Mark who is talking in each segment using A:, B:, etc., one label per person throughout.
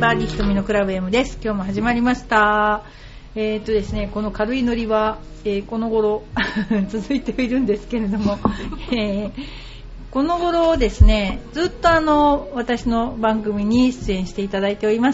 A: バーディーひとみのクラブ M です。今日も始まりました。ですね、この軽いノリは、この頃続いているんですけれども、この頃ですね、ずっと私の番組に出演していただいております。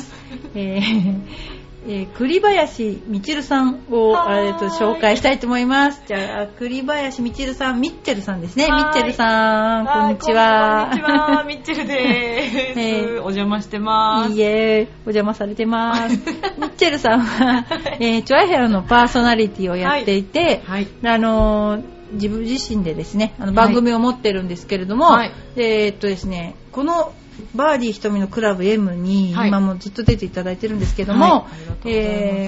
A: 栗林みちるさんを紹介したいと思います。じゃあ栗林みちるさん、ミッチェルさんですね。ミッチェルさん、こんにちは。
B: こんにちは、ミッチェルです。お邪魔してます。
A: いいえ、お邪魔されてます。ミッチェルさんは、チョアヘアのパーソナリティをやっていて、はいはい、自分自身でですね、番組を持ってるんですけれども、はい、ですね、このバーディーひとみのクラブ M に今もずっと出ていただいてるんですけども、はい、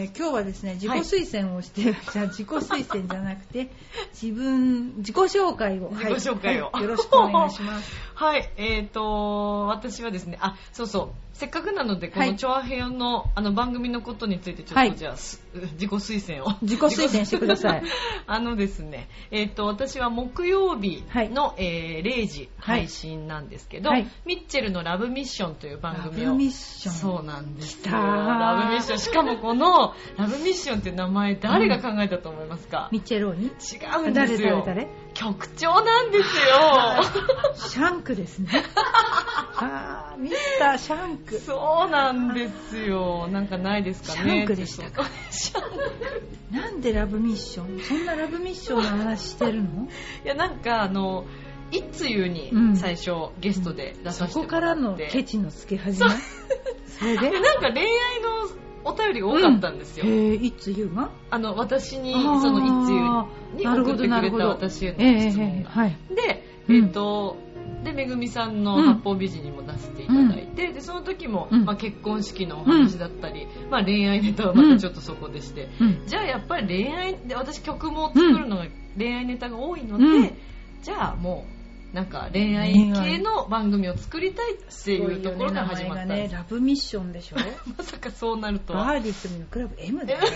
A: 今日はですね自己推薦をして、はい、じゃあ自己推薦じゃなくて自己紹介を、
B: 自己紹介を、
A: はい、よろしくお願いします。
B: はい、私はですね、そうそう、せっかくなのでこのチョアヘヨの番組のことについてちょっとじゃあ、はい、自己推薦を
A: 自己推薦してください。
B: ですね、私は木曜日の、0時配信なんですけど、はい、ミッチェルのラブミッションという番組を、
A: ラブミッション、
B: そうなんですよ、ラブミッション。しかもこのラブミッションっていう名前誰が考えたと思いますか？
A: ミッチェローニ？
B: 違うんですよ。
A: 誰？
B: 局長なんですよ。
A: シャンクですね。ミスターシャンク。
B: そうなんですよ。なんかないですかね。
A: シャンクでしたか。
B: シャンク。
A: なんでラブミッション？そんなラブミッションの話してるの？
B: いや、なんかいつゆに最初、ゲストで出させてもらって、
A: そこからのケチのつけ始め。それで
B: なんか恋愛のお便りが多かったんですよ。
A: いつゆが
B: 私にそのいつゆに送ってくれた私への質問が、はい、でめぐみさんの八方美人にも出していただいて、でその時も、結婚式のお話だったり、恋愛ネタはまたちょっとそこでして、じゃあやっぱり恋愛で、私曲も作るのが恋愛ネタが多いので、じゃあもうなんか恋愛系の番組を作りたいっていうところから始まったんです。
A: ラブミッションでしょ。
B: まさかそうなるとは。
A: バーディーひとみのクラブ M だよ。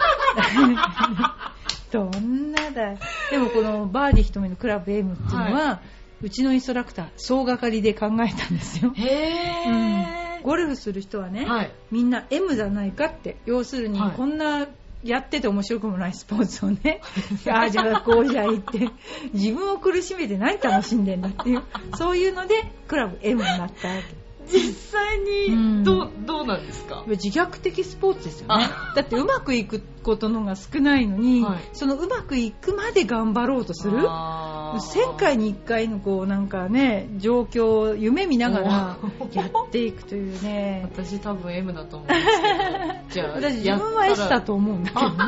A: どんなだ。でもこのバーディーひとみのクラブ M っていうのは、うちのインストラクター総がかりで考えたんですよ。ゴルフする人はね、みんな M じゃないかって。要するにこんなやってて面白くもないスポーツをね、じゃあこうじゃいって自分を苦しめて何楽しんでんだっていう、そういうのでクラブ M になったわけ。
B: 実際にどうなんですか？
A: 自虐的スポーツですよね。だってうまくいくことのが少ないのに、そのうまくいくまで頑張ろうとする、1000回に1回のこうなんかね、状況を夢見ながらやっていくというね。
B: 私多分 M だと思うんですけど、じゃあ
A: 私自分は S だと思うんだけどね。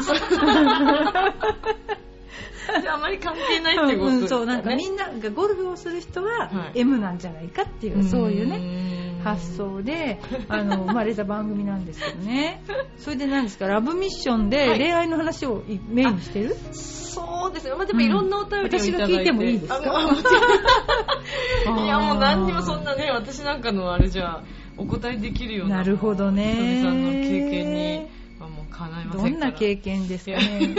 B: じゃああまり関係ないってことですかね。
A: そう、なんかみんながゴルフをする人は M なんじゃないかっていう、そういうね発想で生まれた番組なんですけどね。それで何ですか、ラブミッションで恋愛の話をメインにしてる？
B: そうですよ。でもいろんなお便りをいただいて、
A: 私が聞いてもいいですか？
B: いや、もう何にもそんなね、私なんかのあれじゃお答えできるような。
A: なるほどね。
B: ひとみさんの経験にはもうかないませんから。
A: どんな経験ですかね。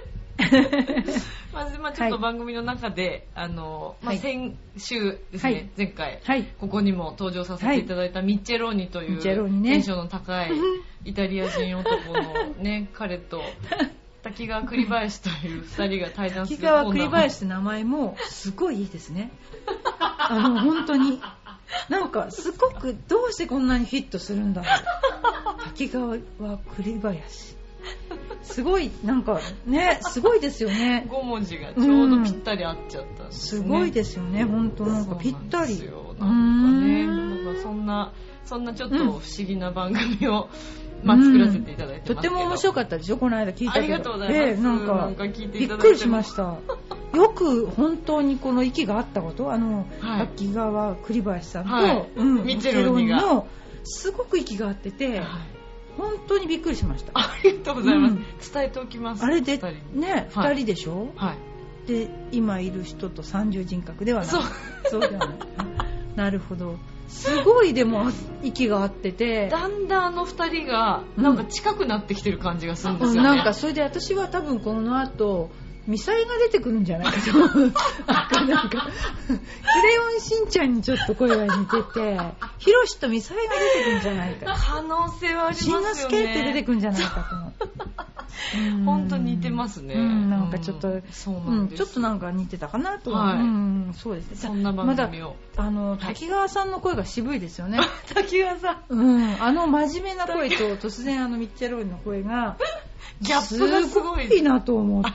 B: ちょっと番組の中で、先週ですね、前回、ここにも登場させていただいたミッチェローニというテンションの高いイタリア人男のね、彼と滝川栗林という2人が対談するコーナー。滝川栗林って
A: 名前もすごいいいですね。本当になんかすごく、どうしてこんなにヒットするんだろう。滝川栗林、すごい、なんかね、すごいですよね。
B: 5文字がちょうどぴったり合っちゃったんですね。
A: すごいですよね、本当なんかぴったり。
B: なんかそんなちょっと不思議な番組を作らせていただいてますけど、
A: とっても面白かったでしょ、この間聞いたけど。
B: ありがとうございます。
A: なんか聞いていただいてびっくりしました。よく本当にこの息があったこと、滝川栗林さんと、
B: ミッチェローニが
A: すごく息が合ってて、本当にびっくりしました。
B: ありがとうございます。伝えておきます。
A: あれでね、2人でしょ。で、今いる人と三重人格ではない。そうではない。なるほど。すごいでも息が合ってて、
B: だんだん2人がなんか近くなってきてる感じがするんですよね。
A: なんかそれで私は多分この後ミサイが出てくるんじゃないかと思う。なんかクレヨンしんちゃんにちょっと声が似てて、 ヒロシとミサイが出てくるんじゃないか。
B: 可能性はありますよね。
A: しんのすけって出てくるんじゃないかと思って。
B: 本当に似てますね。
A: なんかちょっと、そうなんです。ちょっとなんか似てたかなと思って。そうですね。
B: そんな番組を。
A: 滝川さんの声が渋いですよね。
B: 滝川さん。
A: 真面目な声と突然ミッチェローニの声が
B: ギャップがすごい。
A: すごいなと思って。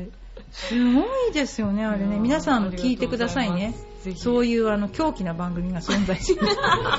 A: すごいですよね、あれね。皆さん聞いてくださいね。そういう狂気な番組が存在してる。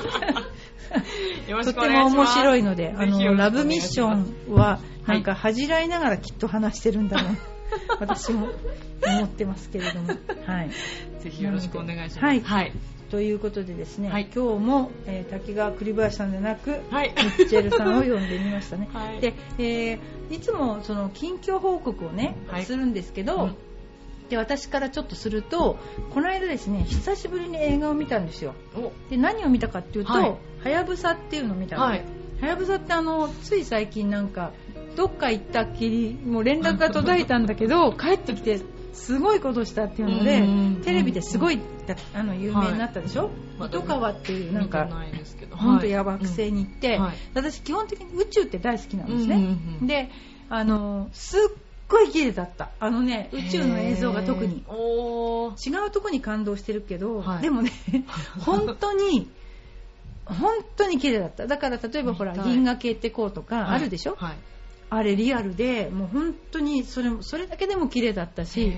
A: とても面白いので、ラブミッションはなんか恥じらいながらきっと話してるんだろう。私も思ってますけれども。はい。
B: ぜひよろしくお願いします。
A: はい。ということでですね、今日も、滝川栗林さんでなく、ミッチェルさんを呼んでみましたね。で、いつもその近況報告をね、するんですけど、で私からちょっとすると、この間ですね、久しぶりに映画を見たんですよ。で何を見たかっていうと、はやぶさっていうのを見たんです。はやぶさってつい最近なんかどっか行ったっきりもう連絡が途絶えたんだけど帰ってきてすごいことしたっていうのでテレビですごい有名になったでしょ。糸川っていうなんか本当や惑星に行って、私基本的に宇宙って大好きなんですね。ですっごい綺麗だった。宇宙の映像が特に違うとこに感動してるけど、でもね本当に綺麗だった。だから例えばほら銀河系ってこうとかあるでしょ、あれリアルでもう本当にそれだけでも綺麗だったし、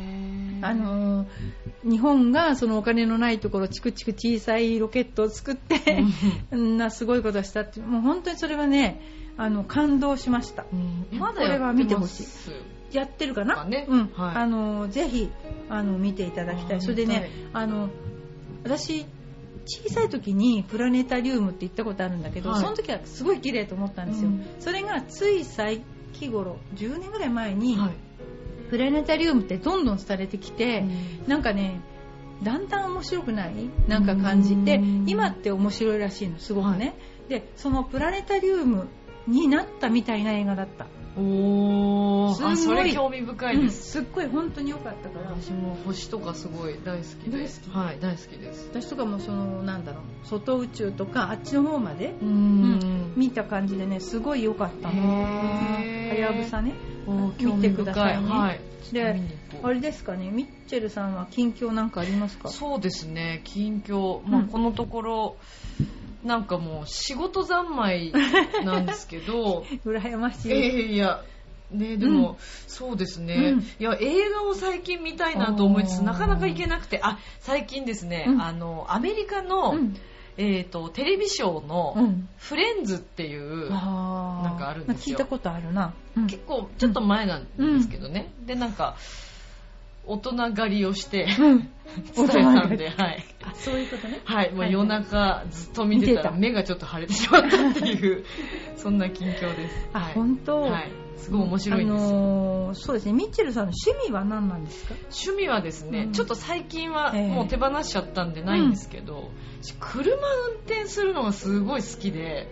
A: 日本がそのお金のないところチクチク小さいロケットを作ってすごいことをしたって、もう本当にそれはね感動しました。まだこれは見てほしい。やってるかな、ぜひ見ていただきたい。それでね私小さい時にプラネタリウムって行ったことあるんだけど、その時はすごい綺麗と思ったんですよ。それがつい最近頃10年ぐらい前に、プラネタリウムってどんどん廃れてきて、なんかねだんだん面白くないなんか感じて、今って面白いらしいのすごくね。でそのプラネタリウムになったみたいな映画だった。
B: それ興味深いです。
A: すっごい本当に良かったから。
B: 私も星とかすごい大好きで。大好きです。
A: 私とかも外宇宙とかあっちの方まで見た感じでね、すごい良かったの。はやぶさね、見てくださいね。で、あれですかね、ミッチェルさんは近況なんかありますか？
B: そうですね、近況、このところなんかもう仕事三昧なんですけど
A: 羨ましい。
B: いやね、でも、そうですね、いや映画を最近見たいなと思いつつなかなか行けなくて、最近ですね、アメリカの、テレビショーのフレンズっていうなんかあるんですよ。
A: 聞いたことあるな。
B: 結構ちょっと前なんですけどね。でなんか大人狩りをして疲れたんで、
A: そういうことね。
B: もう夜中ずっと見てたら目がちょっと腫れてしまったっていうそんな近況です。
A: 本当。
B: すごい面白いんですよ。
A: そうですね。ミッチェルさんの趣味は何なんですか？
B: 趣味はですね、ちょっと最近はもう手放しちゃったんでないんですけど、車運転するのがすごい好きで。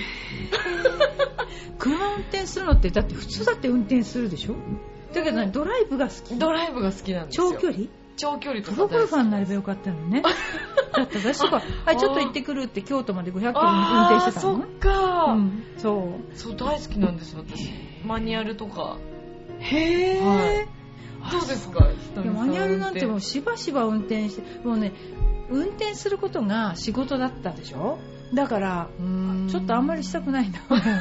A: 車運転するのってだって普通だって運転するでしょ？だけどドライブが好き。
B: ドライブが好きなんですよ。
A: 長距離？
B: 長距離とか。
A: プロゴルファーになればよかったのね。だって私とかちょっと行ってくるって京都まで500キロ運転してたの。
B: そっか、
A: そう
B: 大好きなんです私。マニュアルとか。
A: へえ、
B: どうですか？
A: マニュアルなんてもうしばしば運転して、もうね運転することが仕事だったでしょ。だからちょっとあんまりしたくないな。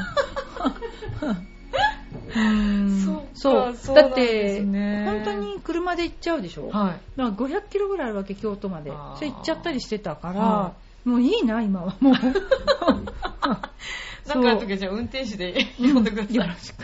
A: そうだって本当に車で行っちゃうでしょ。だから500キロぐらいあるわけ、京都まで。それ行っちゃったりしてたから、もういいな今はもう。
B: なんかある時はじゃあ運転手で呼んでください。
A: よろしく。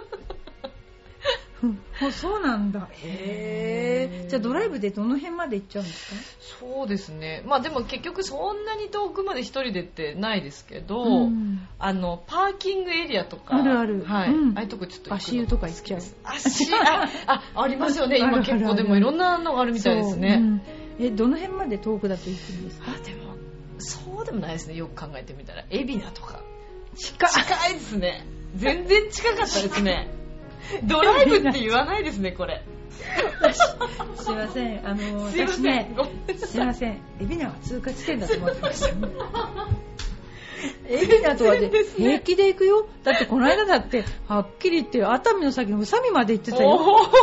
A: そうなんだ。へえ。じゃあドライブでどの辺まで行っちゃうんですか？
B: そうですね。でも結局そんなに遠くまで一人でってないですけど、パーキングエリアとか
A: あるある。
B: ああいうとこちょっと
A: 足湯とか行っちゃう。
B: ありますよね。今結構でもいろんなのがあるみたいですね。
A: どの辺まで遠くだと行くんですか？
B: でもそうでもないですね。よく考えてみたら海老名とか
A: 近
B: いですね。全然近かったですね。 ドライブって言わないですね、これ。
A: すいません、私ね、すいません、海老名は通過地点だと思ってましたね。海老名とはで平気で行くよ。だってこの間だってはっきり言って熱海の先の宇佐美まで行ってたよ。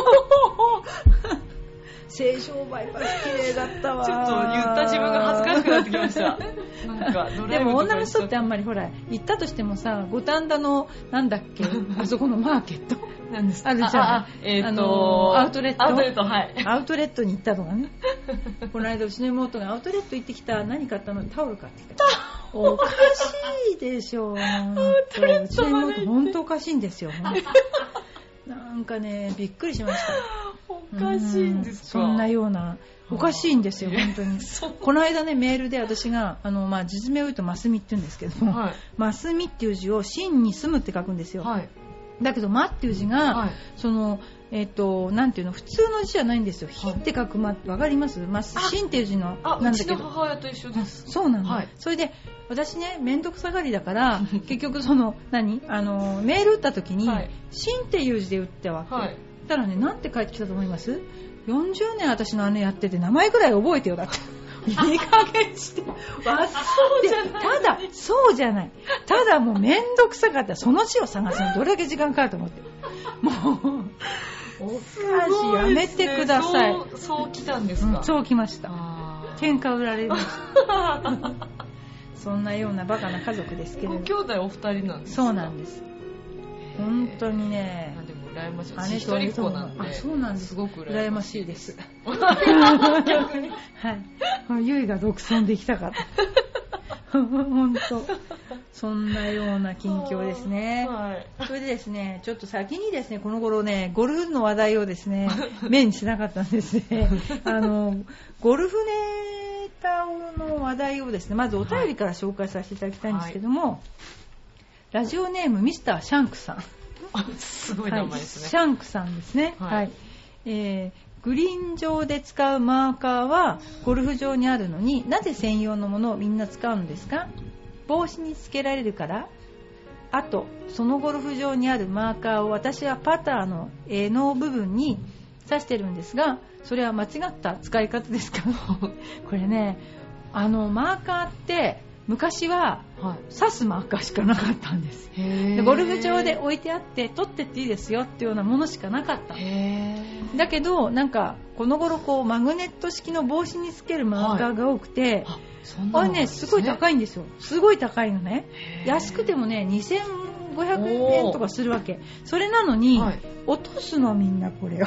A: 西湘バイパス綺麗だったわ。
B: ちょっと言った自分が恥ずかしくなってきました。なんか
A: でも女の人ってあんまりほら行ったとしてもさ、五反田のなんだっけあそこのマーケット
B: なんですか、
A: あるじゃん、アウトレット、
B: はい、
A: アウトレットに行ったとかね。この間うちの妹がアウトレット行ってきた、何買ったの、タオル買ってきた。おかしいでしょ。うちの妹本当おかしいんですよ。なんかね、びっくりしました。
B: おかしいんですか。
A: そんなようなおかしいんですよ、本当に。この間ね、メールで私が実名を言うとマスミって言うんですけども、はい、マスミっていう字を真に住むって書くんですよ。はい、だけどマっていう字が、はい、そのなんていうの、普通の字じゃないんですよ。火って書くマってわかります？真っていう字の
B: なんだけど。うちの母親と一緒です。
A: そうなんだ。はい、それで私ね、めんどくさがりだから結局そのメール打った時に、はい、真っていう字で打ったわけ。はい、たらね、なんて返ってきたと思います？ 40 年私の姉やってて名前ぐらい覚えてよだって。いい加減して。そうじゃない。ただそうじゃない。ただもうめんどくさかったらその字を探すのどれだけ時間かかると思って。もう。おかしい、やめてください。
B: そう来たんですか？
A: そう来ました。喧嘩売られました。そんなようなバカな家族ですけれど。
B: ご兄弟お二人なんですか？
A: そうなんです。本当にね。
B: でも羨ましい。一人っ子なんで。
A: そうなんです。
B: すごく
A: 羨ましいです。逆に。はい。ゆいが独尊できたかった。本当。そんなような近況ですね。はい、それでですね、ちょっと先にですね、この頃ね、ゴルフの話題をですね、目にしなかったんですね。ゴルフネタの話題をですね、まずお便りから紹介させていただきたいんですけども、はい、ラジオネームミスターシャンクさん。
B: すごい名前ですね。
A: はい、シャンクさんですね。はい。グリーン上で使うマーカーはゴルフ場にあるのになぜ専用のものをみんな使うのですか？帽子につけられるから？あとそのゴルフ場にあるマーカーを私はパターの柄の部分に刺してるんですが、それは間違った使い方ですか？これね、マーカーって昔は刺すマーカーしかなかったんです。でゴルフ場で置いてあって取ってっていいですよっていうようなものしかなかった。だけどなんかこの頃こうマグネット式の帽子につけるマーカーが多くて、あれね、すごい高いんですよ。すごい高いのね。安くてもね2500円とかするわけ。それなのに、落とすのみんなこれを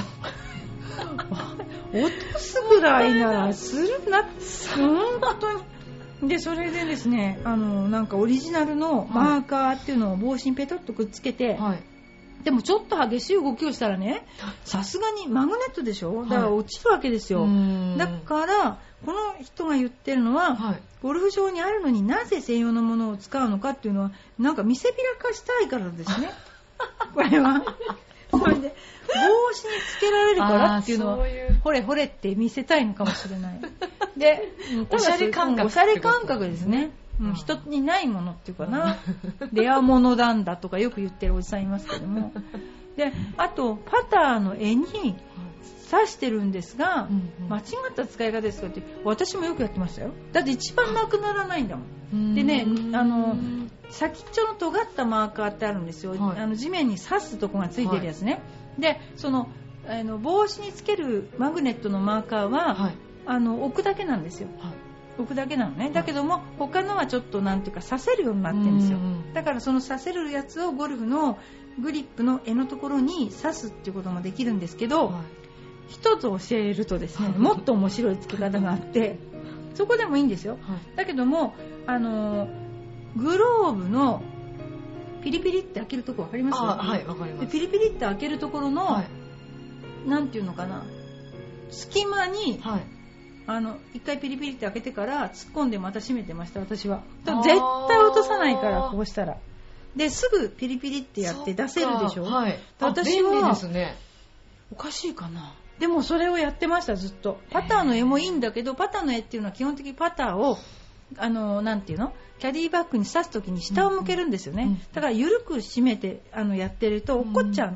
A: 落とすぐらいならするな本当に。でそれでですね、なんかオリジナルのマーカーっていうのを帽子にペトッとくっつけて、はい、でもちょっと激しい動きをしたらね、さすがにマグネットでしょ、だから落ちるわけですよ。だからこの人が言ってるのは、はい、ゴルフ場にあるのになぜ専用のものを使うのかっていうのはなんか見せびらかしたいからですね。これはそれで帽子につけられるからっていうのはほれほれって見せたいのかもしれない。で
B: おしゃれ感覚、
A: おしゃれ感覚ですね。人にないものっていうかな、レアものなんだとかよく言ってるおじさんいますけども。であとパターの柄に刺してるんですが、間違った使い方ですかって私もよくやってましたよ。だって一番なくならないんだもん。でね、先っちょの尖ったマーカーってあるんですよ、はい、地面に刺すとこがついてるやつね、はい、でその帽子につけるマグネットのマーカーは、はい、置くだけなんですよ、はい、置くだけなのね。だけども他のはちょっとなんていうか刺せるようになってるんですよ。だからその刺せるやつをゴルフのグリップの柄のところに刺すっていうこともできるんですけど、はい、一つ教えるとですね、もっと面白い付け方があってそこでもいいんですよ、はい、だけどもグローブのピリピリって開けるところ分かります？
B: はい、分かります。
A: でピリピリって開けるところの、はい、なんていうのかな、隙間に、はい、一回ピリピリって開けてから突っ込んでまた閉めてました私は。絶対落とさないからこうしたら。ですぐピリピリってやって出せるでしょ。はい、私は
B: 便利ですね。
A: おかしいかな。でもそれをやってましたずっと。パターの絵もいいんだけど、パターの絵っていうのは基本的にパターをなんていうの、キャディバッグに刺すときに下を向けるんですよね、だから緩く締めてやってると落っこっちゃうの、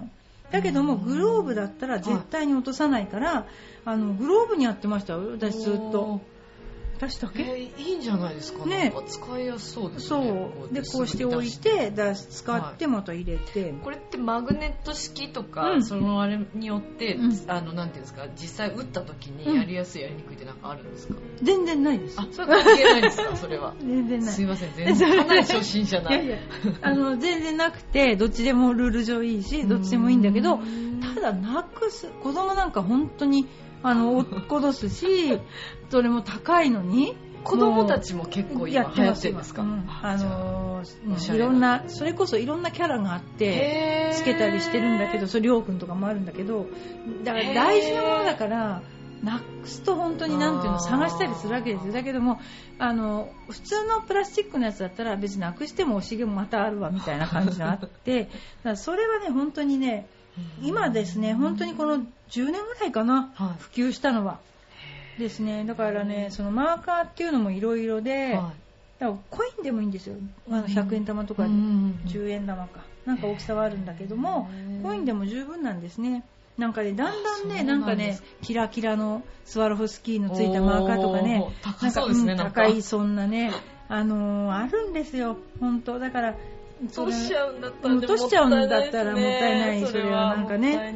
A: だけどもグローブだったら絶対に落とさないから、グローブにやってましたよ私ずっと。私だけ、
B: いいんじゃないですかね。なんか使いやすそうですね。
A: そうでこうしておいて使ってまた入れて、
B: これってマグネット式とか、そのあれによって、なんていうんですか、実際打った時にやりやすい、やりにくいってなんかあるんですか？
A: 全然ないです。
B: それ関係ないですか？それは
A: 全然ない。
B: すいません、全然かなり初心者な。
A: いや全然なくて、どっちでもルール上いいし、どっちでもいいんだけど、ただなくす子供なんか本当に落っことすし、それも高いのに。
B: 子供たちも結構今流行ってるんですか？
A: いろんな、それこそいろんなキャラがあってつけたりしてるんだけど、それりょうくんとかもあるんだけど、だから大事なものだからなくすと本当になんていうの探したりするわけですよ。だけども普通のプラスチックのやつだったら別になくしてもおしげもまたあるわみたいな感じがあってだからそれはね本当にね今ですね本当にこの10年ぐらいかな、普及したのはですね。だからねそのマーカーっていうのもいろいろで、だからコインでもいいんですよ。100円玉とか10円玉かなんか大きさはあるんだけども、コインでも十分なんですね。なんかねだんだんねなんかねキラキラのスワロフスキーのついたマーカーとかね、
B: 高そうですね、なんか
A: 高いそんなねあるんですよ本当。だから
B: 落としちゃうんだったらも
A: ったいない。それはなんかね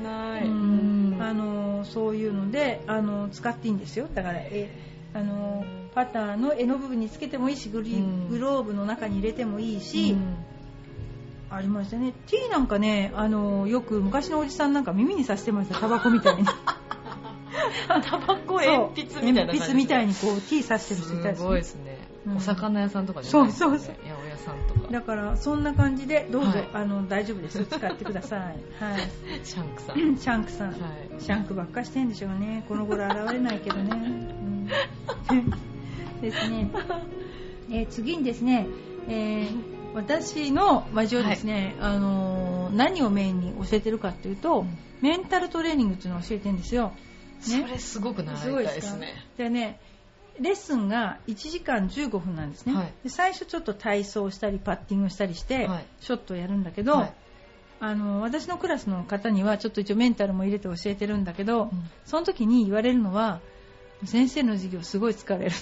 A: そういうので使っていいんですよ。だからパターの柄の部分につけてもいいしグローブの中に入れてもいいし、ありましたね。ティーなんかねよく昔のおじさんなんか耳にさしてました。タバコみたいに
B: タバコ鉛筆みたいな感じで
A: 鉛筆みたいにこうティーさしてる人いたり
B: すごいですね。お魚屋さんとか
A: じゃないですかね。
B: そう八百屋さんとか。
A: だからそんな感じでどうぞ、大丈夫です。使ってください。はい。
B: シャンクさん。
A: シャンクさん。シャンクばっかしてんでしょうね。この頃現れないけどね。ですね。次にですね、私の一応ですね、何をメインに教えてるかっていうと、メンタルトレーニングっていうのを教えてるんですよ。
B: それすごく習いたいですね。
A: でね。レッスンが1時間15分なんですね、で最初ちょっと体操したりパッティングしたりして、ショットをやるんだけど、私のクラスの方にはちょっと一応メンタルも入れて教えてるんだけど、その時に言われるのは先生の授業すごい疲れる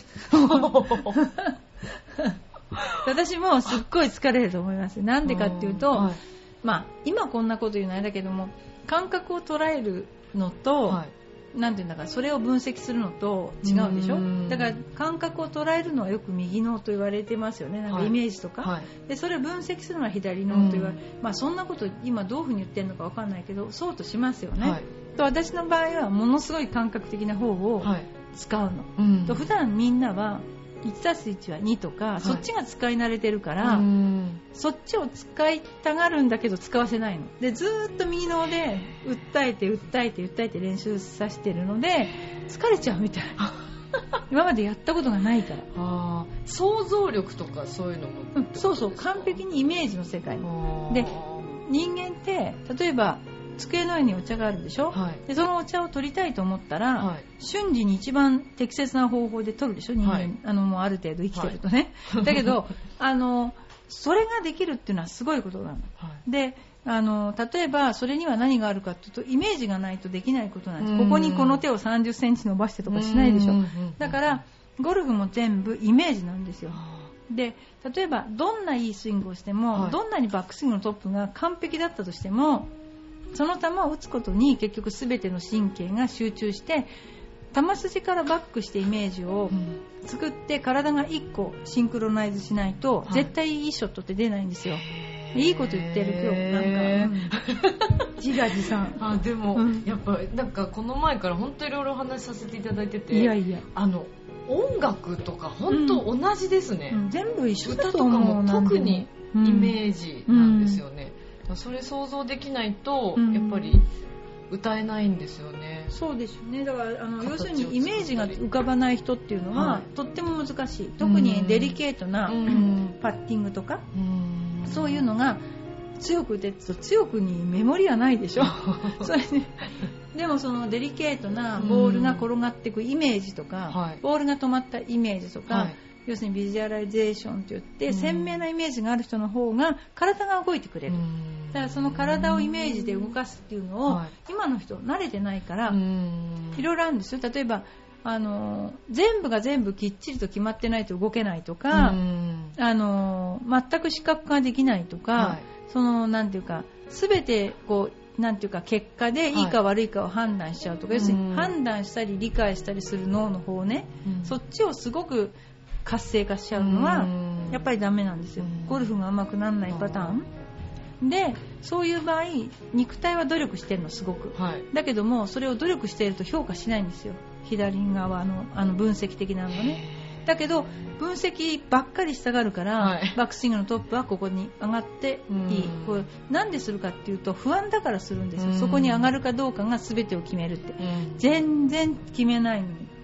A: 私もすっごい疲れると思います。なんでかっていうと、今こんなこと言うのあれだけども感覚を捉えるのと、なんていうんだかそれを分析するのと違うでしょ。だから感覚を捉えるのはよく右脳と言われてますよね。なんかイメージとか、でそれを分析するのは左脳と言われ、そんなこと今どういうふうに言ってるのか分かんないけどそうとしますよね、と私の場合はものすごい感覚的な方を使うの、と普段みんなは 1+1 は2とか、そっちが使い慣れてるから、そっちを使いたがるんだけど使わせないので、ずーっと右脳で訴えて練習させてるので疲れちゃうみたい今までやったことがないから。
B: 想像力とかそういうのも、
A: そう完璧にイメージの世界で、人間って例えば机の上にお茶があるでしょ、でそのお茶を取りたいと思ったら、瞬時に一番適切な方法で取るでしょ人間、もうある程度生きてるとね、だけどそれができるっていうのはすごいことなの、で例えばそれには何があるかというとイメージがないとできないことなんです。ここにこの手を30センチ伸ばしてとかしないでしょ。だからゴルフも全部イメージなんですよ。で例えばどんないいスイングをしても、どんなにバックスイングのトップが完璧だったとしても、その球を打つことに結局全ての神経が集中して球筋からバックしてイメージを作って体が1個シンクロナイズしないと絶対いいショットって出ないんですよ。いいこと言ってる今日なんか、自画自賛。
B: でも、やっぱなんかこの前から本当いろいろお話しさせていただいてて、音楽とか本当同じですね、
A: 全部一緒だ
B: と思う。歌とかも特にイメージなんですよね、それ想像できないとやっぱり歌えないんですよね。
A: そうですよね。だから要するにイメージが浮かばない人っていうのは、とっても難しい。特にデリケートなパッティングとか、そういうのが強く打てると強くにメモリはないでしょそれででもそのデリケートなボールが転がっていくイメージとか、ボールが止まったイメージとか、 要するにビジュアライゼーションといって鮮明なイメージがある人の方が体が動いてくれる。だからその体をイメージで動かすっていうのを今の人慣れてないからいろいろあるんですよ。例えば全部が全部きっちりと決まってないと動けないとか、全く視覚ができないとか、なんていうか全てこうなんていうか結果でいいか悪いかを判断しちゃうとか、要するに判断したり理解したりする脳の方ね、そっちをすごく活性化しちゃうのはやっぱりダメなんですよ。ゴルフが上手くならないパターンで、そういう場合肉体は努力してるのすごく、だけどもそれを努力していると評価しないんですよ、左側の分析的なのね。だけど分析ばっかりしたがるから、バックスイングのトップはここに上がっていい。これなんでするかっていうと不安だからするんですよ。そこに上がるかどうかが全てを決めるって、全然決めないのに。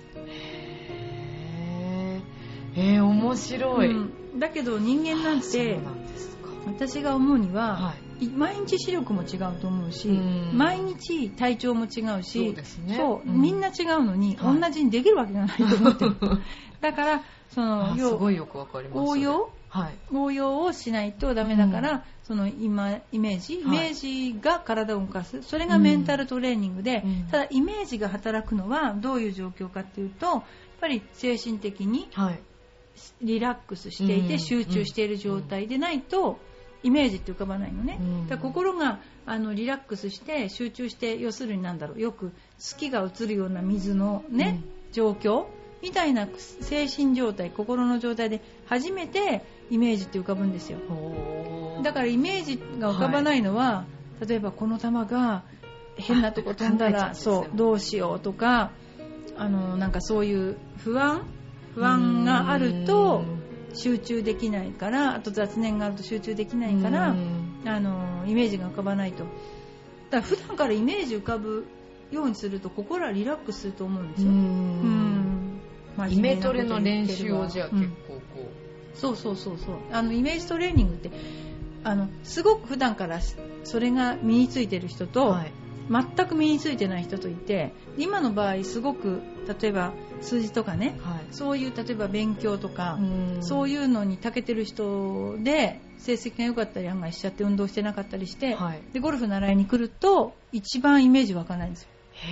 B: 面白い、
A: だけど人間なんて私が思うには、毎日視力も違うと思うし、毎日体調も違うし、みんな違うのに、同じにできるわけがないと思ってる。だからすごいよくわかります。応用をしないとダメだから、そのイメージが体を動かす、それがメンタルトレーニングで、ただイメージが働くのはどういう状況かっていうと、やっぱり精神的にリラックスしていて集中している状態でないとイメージって浮かばないのね。だから心がリラックスして集中して、要するによく月が映るような水のね、状況みたいな精神状態、心の状態で初めてイメージって浮かぶんですよ。だからイメージが浮かばないのは、例えばこの球が変なとこ飛んだらどうしようとか、なんかそういう不安があると集中できないから、あと雑念があると集中できないから、イメージが浮かばないと。だから普段からイメージ浮かぶようにすると心はリラックスすると思うんですよ。
B: イメトレの練習をじゃあ結構
A: そうイメージトレーニングってすごく普段からそれが身についてる人と、全く身についてない人といて、今の場合すごく例えば数字とかね、そういう例えば勉強とかそういうのに長けてる人で成績が良かったり案外しちゃって運動してなかったりして、でゴルフ習いに来ると一番イメージ湧かないんですよ。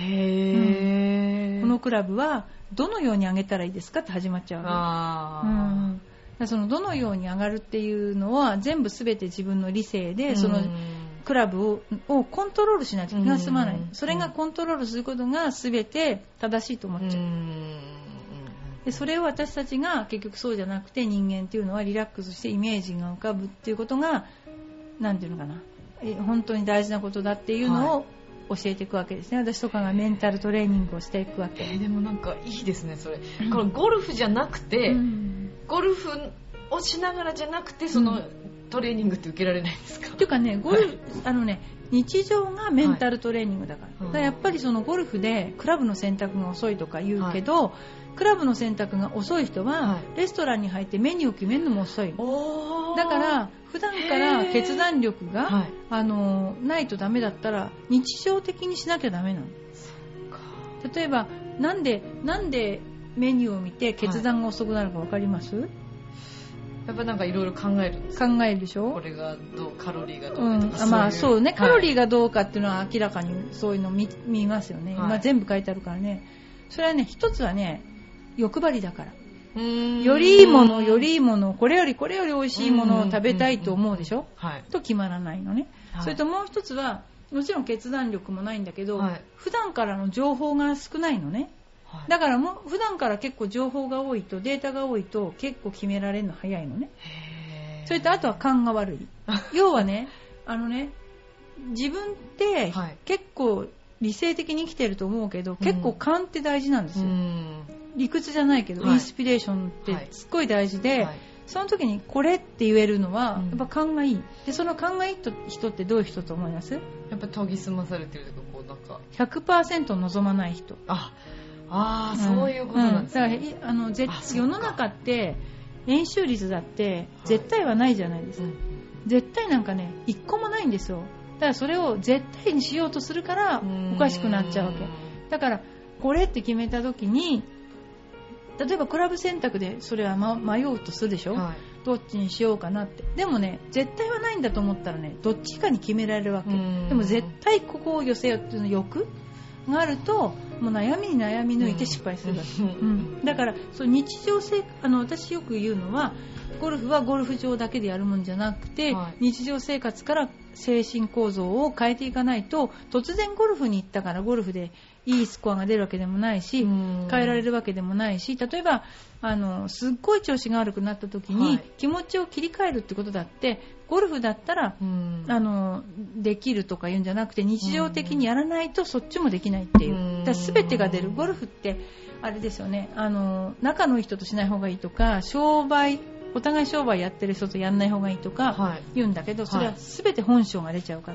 A: このクラブはどのように上げたらいいですかって始まっちゃう。そのどのように上がるっていうのは全部全て自分の理性で、そのクラブをコントロールしないと気が済まない。それがコントロールすることが全て正しいと思っちゃう。でそれを私たちが結局そうじゃなくて、人間っていうのはリラックスしてイメージが浮かぶっていうことがなんていうのかな、本当に大事なことだっていうのを教えていくわけですね。私とかがメンタルトレーニングをしていくわけ。
B: でもなんかいいですねそれ。これゴルフじゃなくて、ゴルフをしながらじゃなくて、そのトレーニングって受けられないんですか？
A: っていうかね、ゴルフ、日常がメンタルトレーニングだから。だからやっぱりそのゴルフでクラブの選択が遅いとか言うけど、クラブの選択が遅い人は、レストランに入ってメニューを決めるのも遅い。だから普段から決断力が、ないとダメだったら日常的にしなきゃダメなの。例えばなんでメニューを見て決断が遅くなるか分かります？
B: やっぱなんかいろいろ考えるんですか？
A: 考えるでしょ。
B: これがカロリーがどうかとか、
A: そうね、カロリーがどうかっていうのは明らかにそういうのを 見ますよね。全部書いてあるからね。それはね、一つはね、欲張りだから。よりいいもの、これより美味しいものを食べたいと思うでしょ、と決まらないのね。それともう一つは、もちろん決断力もないんだけど、普段からの情報が少ないのね。だからもう普段から結構情報が多いと、データが多いと結構決められるの早いのね。それとあとは勘が悪い。要はね、自分って結構理性的に生きてると思うけど、結構勘って大事なんですよ。理屈じゃないけど、インスピレーションってすっごい大事で、その時にこれって言えるのはやっぱ勘がいい。でその勘がいい人ってどういう人と思います？
B: やっぱ研ぎ澄まされてるとか、こうなんか
A: 100% 望まない人。
B: そういうことなんですね。
A: だから世の中って円周率だって絶対はないじゃないですか。絶対なんかね、一個もないんですよ。だからそれを絶対にしようとするからおかしくなっちゃうわけ。だからこれって決めた時に例えばクラブ選択でそれは迷うとするでしょ、はい、どっちにしようかなって。でもね、絶対はないんだと思ったらね、どっちかに決められるわけ。でも絶対ここを寄せようっていうの欲があると、もう悩みに悩み抜いて失敗するわけ、だからそう日常私よく言うのは、ゴルフはゴルフ場だけでやるもんじゃなくて、はい、日常生活から精神構造を変えていかないと、突然ゴルフに行ったからゴルフでいいスコアが出るわけでもないし、変えられるわけでもないし、例えばすっごい調子が悪くなった時に、はい、気持ちを切り替えるってことだってゴルフだったらできるとか言うんじゃなくて、日常的にやらないとそっちもできないっていう。だから全てが出る。ゴルフってあれですよね、仲のいい人としない方がいいとか、お互い商売やってる人とやんない方がいいとか言うんだけど、それは全て本性が出ちゃうから。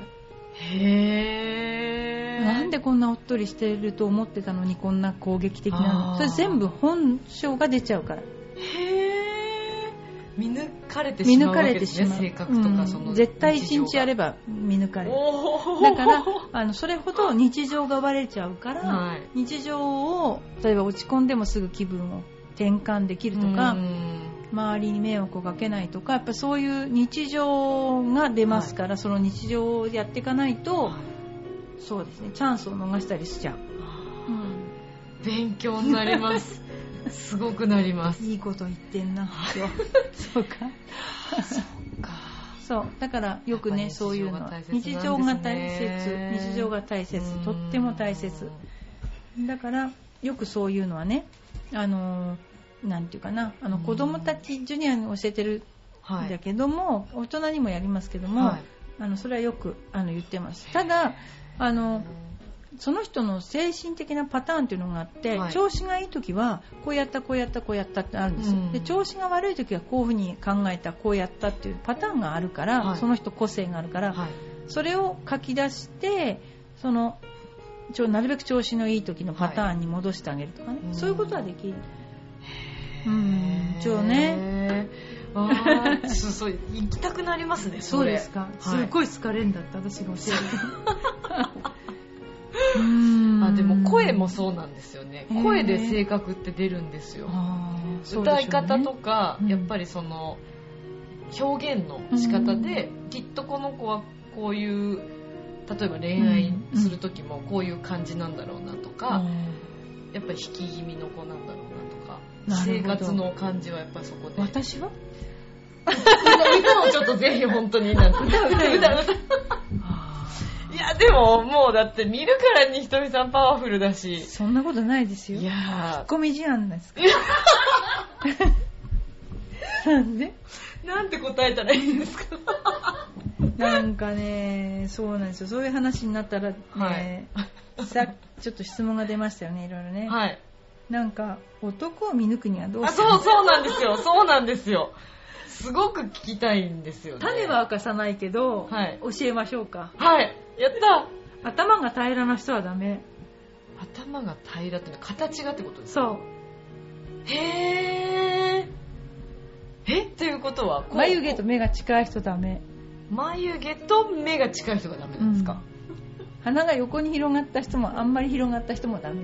B: へー。
A: なんでこんなおっとりしてると思ってたのにこんな攻撃的なの。それ全部本性が出ちゃうから。
B: へー。見抜かれてしまうわけですね、性格とかその
A: 絶対一日やれば見抜かれる。だからそれほど日常が割れちゃうから、はい、日常を例えば落ち込んでもすぐ気分を転換できるとか、周りに迷惑をかけないとか、やっぱそういう日常が出ますから、はい、その日常をやっていかないと、はい、そうですね、チャンスを逃したりしちゃう。
B: 勉強になりますすごくなります。
A: いいこと言ってんなそうかそうだからよくね、そういうの日常が大切、日常が大切、とっても大切だから、よくそういうのはね、なんていうかな、子供たちジュニアに教えてるんだけども、大人にもやりますけども、はい、それはよく言ってます。ただその人の精神的なパターンっていうのがあって、はい、調子がいい時はこうやったこうやったこうやったってあるんですよ、で調子が悪い時はこういうふうに考えたこうやったっていうパターンがあるから、はい、その人個性があるから、はい、それを書き出してなるべく調子のいい時のパターンに戻してあげるとかね、はい、そういうことはできる。一応ね
B: そう行きたくなりますね。
A: そうですか、はい、すごい疲れんだって私が教える
B: でも声もそうなんですよね。声で性格って出るんですよ。歌い方とか、やっぱりその表現の仕方で、きっとこの子はこういう例えば恋愛する時もこういう感じなんだろうなとか、やっぱり引き気味の子なんだろうなとか、生活の感じはやっぱりそこで。
A: 私は
B: 歌をちょっとぜひ本当に歌いやでももうだって見るからにひとみさんパワフルだし。
A: そんなことないですよ。
B: いや
A: 引っ込み思案ですかなんで
B: なんて答えたらいいんですか
A: なんかね、そうなんですよ。そういう話になったらね、はい、ちょっと質問が出ましたよね、いろいろね。
B: はい。
A: なんか男を見抜くにはどう
B: したら。そうなんですよ。そうなんですよ。すごく聞きたいんですよね。
A: 種は明かさないけど、はい、教えましょうか。
B: はい。やった。
A: 頭が平らな人はダメ。
B: 頭が平らってのは形がってことです
A: か？そう。
B: へー。っていうことは
A: 眉毛と目が近い人ダメ。
B: 眉毛と目が近い人がダメなんですか？
A: 鼻が横に広がった人もあんまり広がった人もダメ。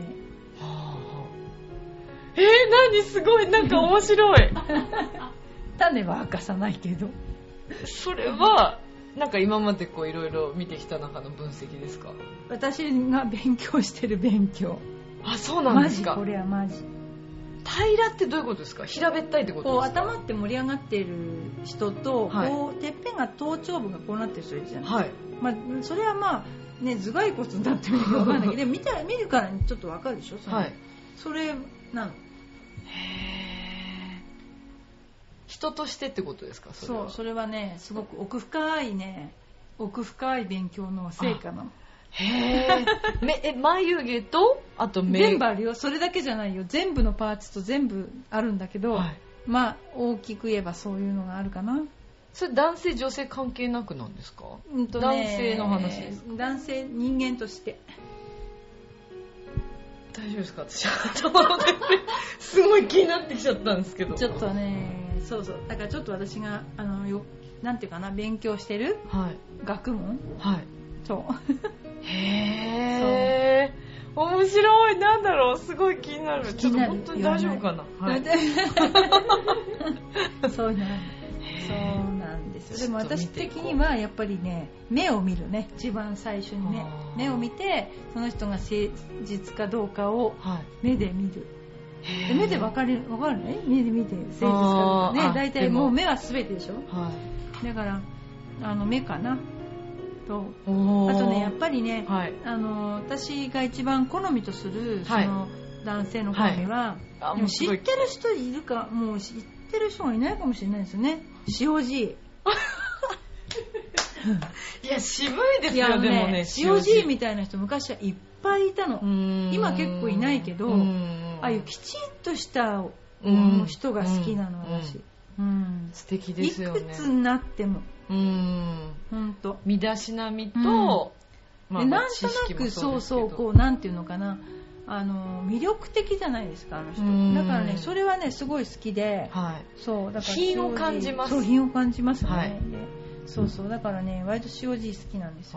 B: 何すごい、なんか面白い
A: 種は明かさないけど。
B: それはなんか今までこういろいろ見てきた中の分析ですか？
A: 私が勉強してる勉強。
B: そうなんですか？
A: マジ、これはマジ。
B: 平らってどういうことですか？平べったいってことですか？
A: 頭って盛り上がっている人と、はい、こうてっぺんが頭頂部がこうなってる人いるじゃないですか、はい。それはまあね、頭蓋骨になってるかわかんないけど見るからちょっとわかるでしょ、はい、それなの。
B: 人としてってことですか？
A: それはね、すごく奥深い勉強の成果なの。
B: 眉毛とあと目
A: 全部あるよ。それだけじゃないよ。全部のパーツと全部あるんだけど、はい、まあ大きく言えばそういうのがあるかな。
B: それ男性女性関係なくなんですか？男性の話です。
A: 男性、人間として
B: 大丈夫ですか？私すごい気になってきちゃったんですけど。
A: ちょっとね、そうだからちょっと私がなんていうかな、勉強してる、はい、学問、はい、そう
B: へー、 面白い。なんだろう、すごい気になる。ちょっと本当に大丈夫かな。はい、
A: そうなんですよ。でも私的にはやっぱりね、目を見るね、一番最初にね、目を見てその人が誠実かどうかを目で見る。目で分かるね。目で見て誠実かね、大体もう目は全てでしょ。だから目かなと。あとね、やっぱりね、私が一番好みとするその男性の好みは、でも知ってる人いるか、もう知ってる人がいないかもしれないですよね。塩じい。
B: いや、渋いですよ。でもね、
A: 塩じいみたいな人昔はいっぱいいたの。今結構いないけど、ああいうきちんとした人が好きなの、私。
B: 素敵ですよね。
A: いくつになっても。本当。
B: 身だしなみと、
A: なんとなくそうこう、なんていうのかな、魅力的じゃないですか、あの人。だからね、それはねすごい好きで、そうだから
B: 品を感じます。
A: そう、品を感じますね。そうだからね、割と塩じい好きなんですよ。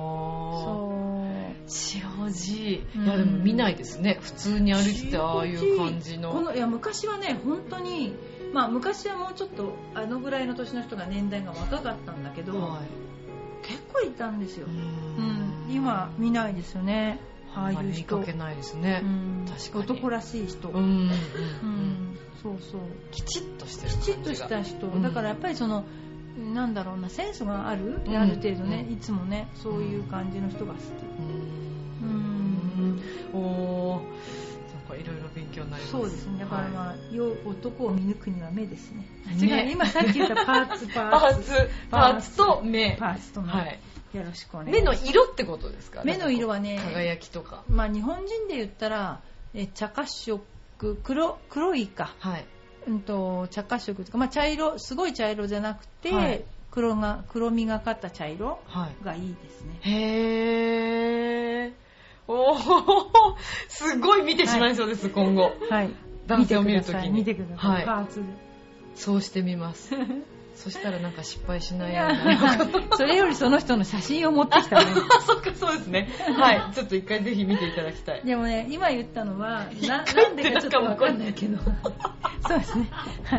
B: 塩じい。いやでも見ないですね。普通に歩いててああいう感じの。
A: いや昔はね、本当に、昔はもうちょっとあのぐらいの年の人が年代が若かったんだけど、結構いたんですよ。今見ないですよね。ああいう人。
B: 見かけないですね。確かに。
A: 男らしい人。そう
B: きちっとしてる
A: 感じが。きちっとした人。だからやっぱりなんだろうな、センスがある、ある程度ね、いつもね、そういう感じの人が好き。
B: いろいろ勉強になります。
A: そうですね。だから男を見抜くには目ですね。違う、今さっき言ったパーツと目。パーツと目。よろしくお願いします。
B: 目の色ってことですか？
A: 目の色はね、
B: 輝きとか。
A: 日本人で言ったら茶褐色、黒いか。茶褐色とか、茶色、すごい茶色じゃなくて、黒みがかった茶色がいいですね。
B: へー。すごい見てしまいそうです、今後。男性を見るときに。
A: 見てください。パーツで。
B: そうしてみます。そしたらなんか失敗しないようになる。
A: それよりその人の写真を持ってきたね。
B: そうですね。ちょっと一回ぜひ見ていただきたい。
A: でもね、今言ったのは、なんでかちょっとわかんないけど。そうですね。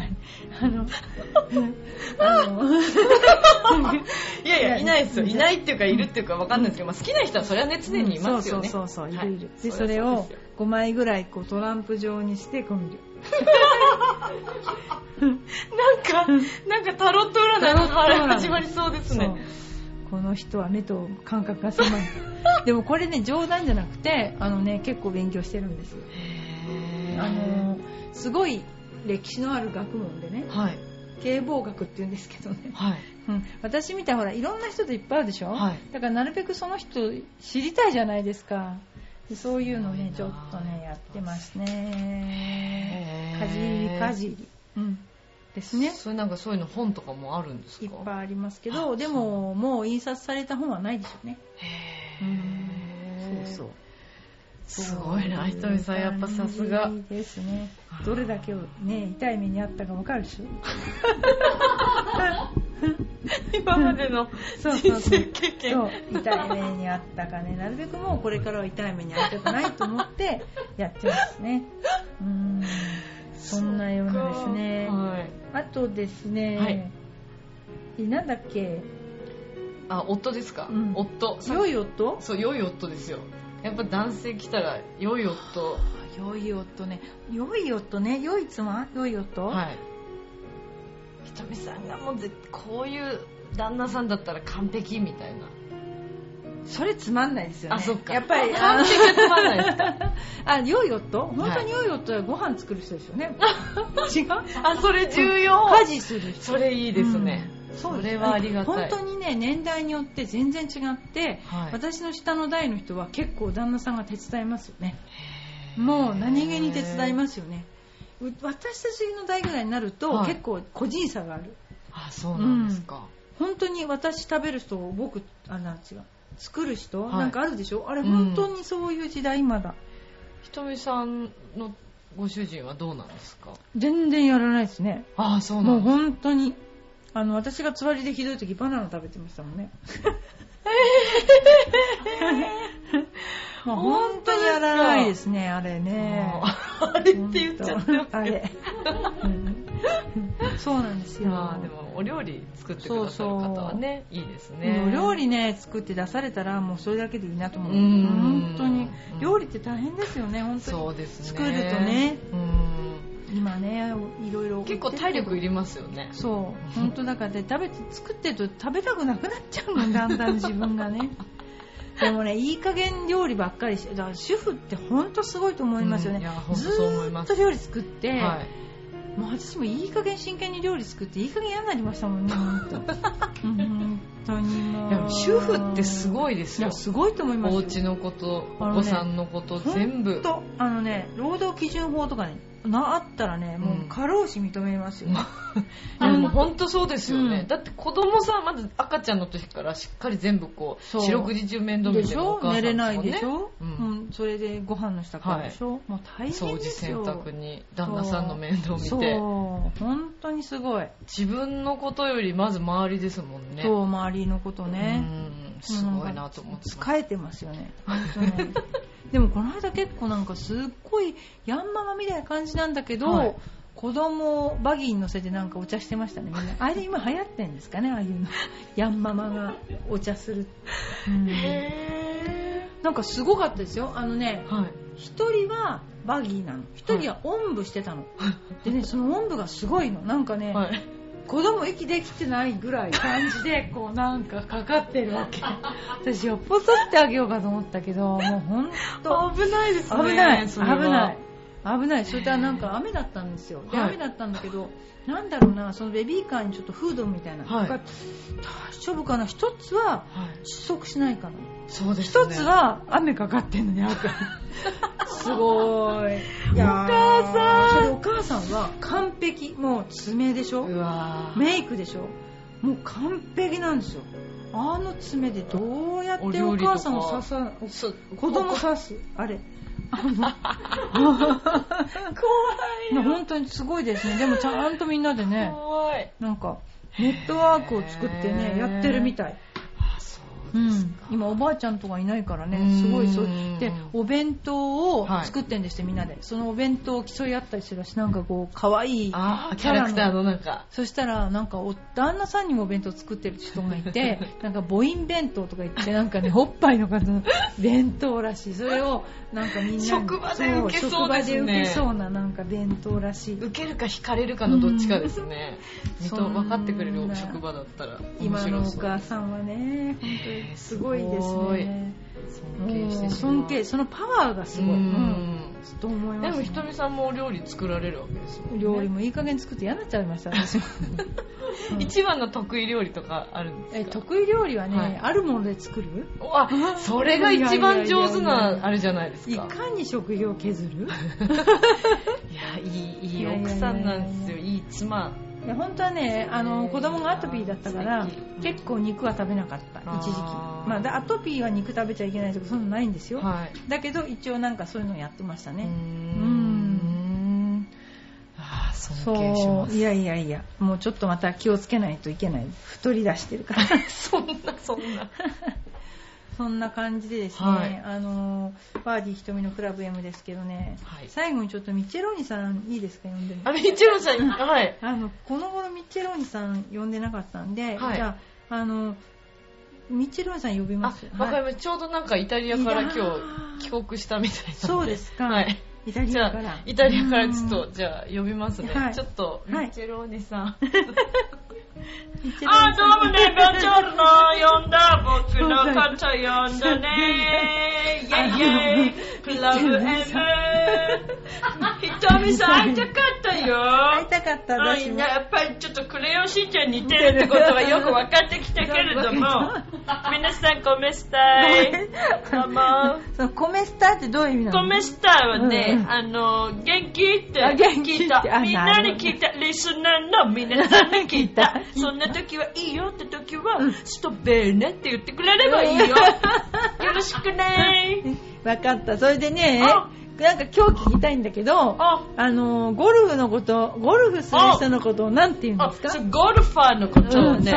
B: いや、いないですよ。いないっていうか、いるっていうかわかんないですけど、好きな人はそれはね、常にいますよね。
A: そう、いる。で、それを5枚ぐらいトランプ状にして見る。
B: なんかタロット占いの始まりそうですね。
A: この人は目と感覚が狭い。でもこれね、冗談じゃなくて、結構勉強してるんですよ。すごい歴史のある学問でね、解剖学って言うんですけどね、私みたい、ほらいろんな人といっぱいあるでしょ。だからなるべくその人知りたいじゃないですか。そういうのね、ちょっとねやってますね。かじりですね。
B: それなんかそういうの本とかもあるんですか？
A: いっぱいありますけど、でももう印刷された本はないでしょうね。そう。
B: すごいな、ひとみさん、やっぱさすが。
A: いいですね。どれだけね、痛い目にあったか分かるでしょ。
B: 今までの人生経験。
A: そう、痛い目にあったかね、なるべくもうこれからは痛い目にありたくないと思ってやってますね。そんなようなですね。あとですね、なんだっけ。
B: 夫ですか？夫。
A: 良い夫？
B: そう、良い夫ですよ。やっぱ男性来たら良い夫。
A: 良い夫ね。良い夫ね。良い妻？良い夫？
B: ひとみさんがもうこういう旦那さんだったら完璧みたいな。
A: それつまんないですよね。
B: そっか。
A: やっぱり
B: 完璧はつまんないですか？
A: 良い夫？本当に良い夫はご飯作る人ですよね。違う？
B: それ重要。
A: 家事する人。
B: それいいですね。それはありがたい。
A: 本当にね、年代によって全然違って、私の下の代の人は結構旦那さんが手伝いますよね。もう何気に手伝いますよね。私たちの代ぐらいになると、結構個人差がある。
B: そうなんですか。
A: 本当に私食べる人を僕作る人、なんかあるでしょ。あれ本当にそういう時代今だ。
B: ひとみさんのご主人はどうなんですか？
A: 全然やらないですね。
B: そうなんです。
A: もう本当に私がつわりでひどい時バナナ食べてましたもんね。 もう本当にやらないですね、あれね。
B: あれって言っちゃってます
A: あれ。そうなんですよ。
B: でもお料理作ってくださる方はね、いいですね。
A: お料理ね作って出されたらもうそれだけでいいなと思う。本当に料理って大変ですよね、本当に。
B: そうですね。
A: 作るとね。今ね、いろいろ
B: 結構体力いりますよね。
A: そう本当だから作ってると食べたくなくなっちゃうの、だんだん自分がね。でもね、いい加減料理ばっかりして、だから主婦って本当すごいと思いますよね。ずーっと料理作って、もう私もいい加減真剣に料理作っていい加減嫌になりましたもんね、本当にもう。
B: いや主婦ってすごいですよ。
A: すごいと思いますよ。
B: お家のこと、お子さんのこと全部。
A: 労働基準法とかね、あったらね、もう過労死認めますよ。
B: もう本当そうですよね。だって子供さんまず赤ちゃんの時からしっかり全部こう四六時中面倒見てるお母さん
A: 寝れないでしょ。それでご飯の支度でしょ。もう大変ですよ。
B: 掃除洗濯に旦那さんの面倒見て。
A: そう本当にすごい。
B: 自分のことよりまず周りですもんね。
A: そう周りのことね。
B: すごいなと思ってます。
A: 疲れてますよね。本当ね。でもこの間結構なんかすっごいヤンママみたいな感じなんだけど、子供をバギーに乗せてなんかお茶してましたね、みんな。あれ今流行ってんですかね、ああいうの。ヤンママがお茶する。なんかすごかったですよ。一人はバギーなの、一人はおんぶしてたの。でね、そのおんぶがすごいの。なんかね、子供息できてないぐらい感じでこうなんかかかってるわけ。私よっぽど取ってあげようかと思ったけど、もうほんと
B: 危ないですね。
A: 危ない。それからなんか雨だったんですよ。で雨だったんだけど、なんだろうな、そのベビーカーにちょっとフードみたいな、大丈夫かな。一つは失速しないかな。
B: そうですね。
A: 一つは雨かかってんのにすごい。
B: お母さん。
A: それお母さんは完璧。もう爪でしょ。メイクでしょ。もう完璧なんですよ。あの爪でどうやってお母さんを子供刺すあれ。怖い。本当にすごいですね。でもちゃんとみんなでね、なんかネットワークを作ってねやってるみたい。今おばあちゃんとかいないからね、すごいそうでお弁当を作ってんですって、みんなで。そのお弁当を競い合ったりするし、なんかこう可愛いキ
B: ャラクターのなんか。
A: そしたらなんか旦那さんにもお弁当作ってる人がいて、なんか母音弁当とか言ってなんかねおっぱいの方の弁当らしい。それをなんかみんな
B: 職場で受けそうですね。
A: 職場で受けそうななんか弁当らしい。
B: 受けるか惹かれるかのどっちかですね。分かってくれる職場だったら面白そう。
A: 今のお母さんはね本当にすごいですね。
B: 尊敬してしまう。
A: そのパワーがすごい。と思います。
B: でもひとみさんもお料理作られるわけですよね。
A: 料理もいい加減作って嫌になっちゃいました私も。
B: 一番の得意料理とかあるんですか？
A: 得意料理はね、あるもので作る。
B: それが一番上手なあれじゃないですか。
A: いかに食費を削る。
B: いやいい奥さんなんですよ。いい妻。
A: 本当はね、子供がアトピーだったから結構肉は食べなかった、一時期。アトピーは肉食べちゃいけないとかそんなのないんですよ。だけど一応なんかそういうのやってましたね。
B: 尊敬します。
A: いやもうちょっとまた気をつけないといけない。太り出してるから。
B: そんな
A: そんな感じでですね、バーディー瞳のクラブ M ですけどね、最後にちょっとミッチェローニさんいいですか、呼んでる。
B: ミッチェローニさん、はい。
A: この頃ミッチェローニさん呼んでなかったんで、じゃあミッチェローニさん呼びます。
B: わかります。ちょうどなんかイタリアから今日帰国したみたいな。
A: そうですか。
B: はい。
A: イタリアから。
B: イタリアからちょっとじゃあ呼びますね。ちょっとミッチェローニさん。
C: どうもね、ボンジョルノ呼んだ、僕のこと呼んだね、イェイイェイ、クラブ M。ひとみさん会いたかったよ。
A: 会いたかった私も。
C: やっぱりちょっとクレヨンしんちゃんに似てるってことはよく分かってきたけれども、皆さんコメスタイ。どうも。
A: コメスタってどういう意味なの？
C: コメスタはね、元気って聞いた。みんなに聞いた。リスナーの皆さんに聞いた。そんな時はいいよって時は、ストベーネって言ってくれればいいよ。よろしくね。
A: 分かった。それでね、なんか今日聞きたいんだけど、ゴルフする人のことをなんて言うんですか？
C: ゴルファーのことをね、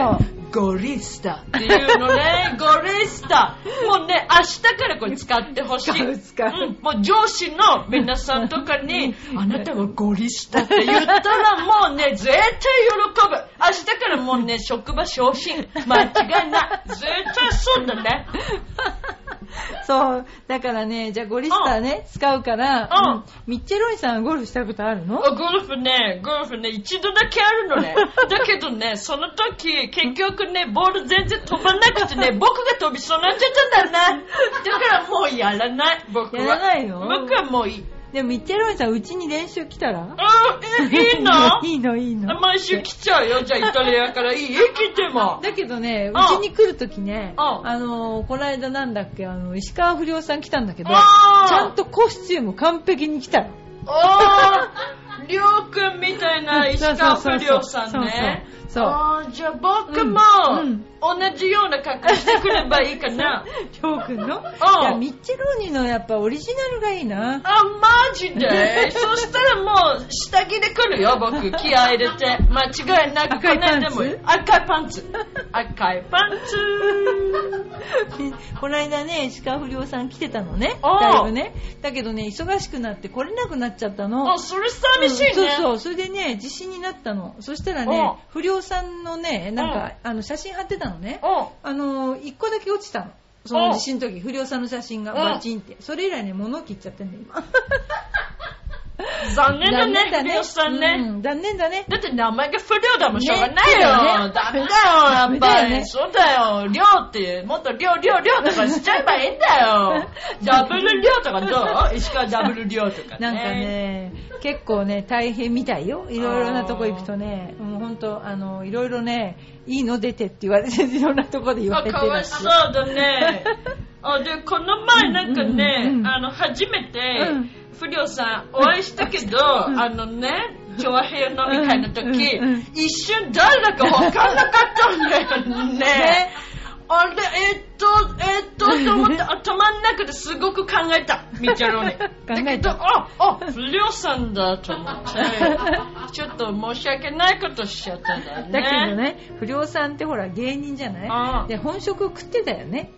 C: ゴリスタっていうのね。ゴリスタ。もうね、明日からこれ使ってほしい。もう上司の皆さんとかに、あなたはゴリスタって言ったらもうね、絶対喜ぶ。明日からもうね、職場昇進。間違いない。絶対そうだね。
A: そう。だからね、じゃあゴリスタね、使うから、ミッチェロニさんゴルフしたことあるの？
C: ゴルフね、一度だけあるのね。だけどね、その時、結局ね、ボール全然飛ばなくてね、僕が飛びそうになっちゃったんだな。だからもうやらない、僕は。
A: やらないの？
C: 僕はもういい。
A: でもミッチェロニさん、うちに練習来たら？
C: いいの？
A: いいの。
C: 毎週来ちゃうよ。じゃあイタリアからいい？来ても。
A: だけどね、うちに来るときね、この間なんだっけ、石川不良さん来たんだけど、ちゃんとコスチューム完璧に来たの。
C: りょうくんみたいな石川不良さんね。そう。じゃあ僕も、同じような格好してくればいいかな。
A: りょうくんの？いや、ミッチェローニのやっぱオリジナルがいいな。
C: マジで？そしたらもう下着で来るよ、僕。気合入れて。間違いなく。
A: 赤いパンツ？
C: 赤いパンツ。赤いパンツ。
A: この間ね、石川不良さん来てたのね。だいぶね。だけどね、忙しくなって来れなくなっちゃったの。
C: それ寂しいね。
A: そう。それでね、自信になったの。そしたらね、不良さんのね、なんか、写真貼ってたのね。一個だけ落ちたの。その地震の時、不良さんの写真がバチンって。それ以来ね、物を切っちゃってんだよ、今。
C: 残念だね、不良さんね。
A: 残念だね。
C: だって名前が不良だもん、しょうがないよ。ダメだよ、やっぱり。そうだよ、量って、もっと量とかしちゃえばいいんだよ。ダブル量とかどう？石川ダブル量とかね。
A: なんかね、結構ね、大変みたいよ。いろいろなとこ行くとね、もうほんと、いろいろね、いいの出てって言われて、いろんなとこで言われてるし。
C: かわいそうだね。で、この前なんかね、初めて、不良さんお会いしたけど、調和平和飲み会の時、一瞬誰だか分かんなかったんだよね。あれ、と思って頭の中ですごく考えた、ミッチェロに。だけど、不良さんだと思って、ちょっと申し訳ないことしちゃったんだよね。
A: だけどね、不良さんってほら芸人じゃない？で、本職食ってたよね。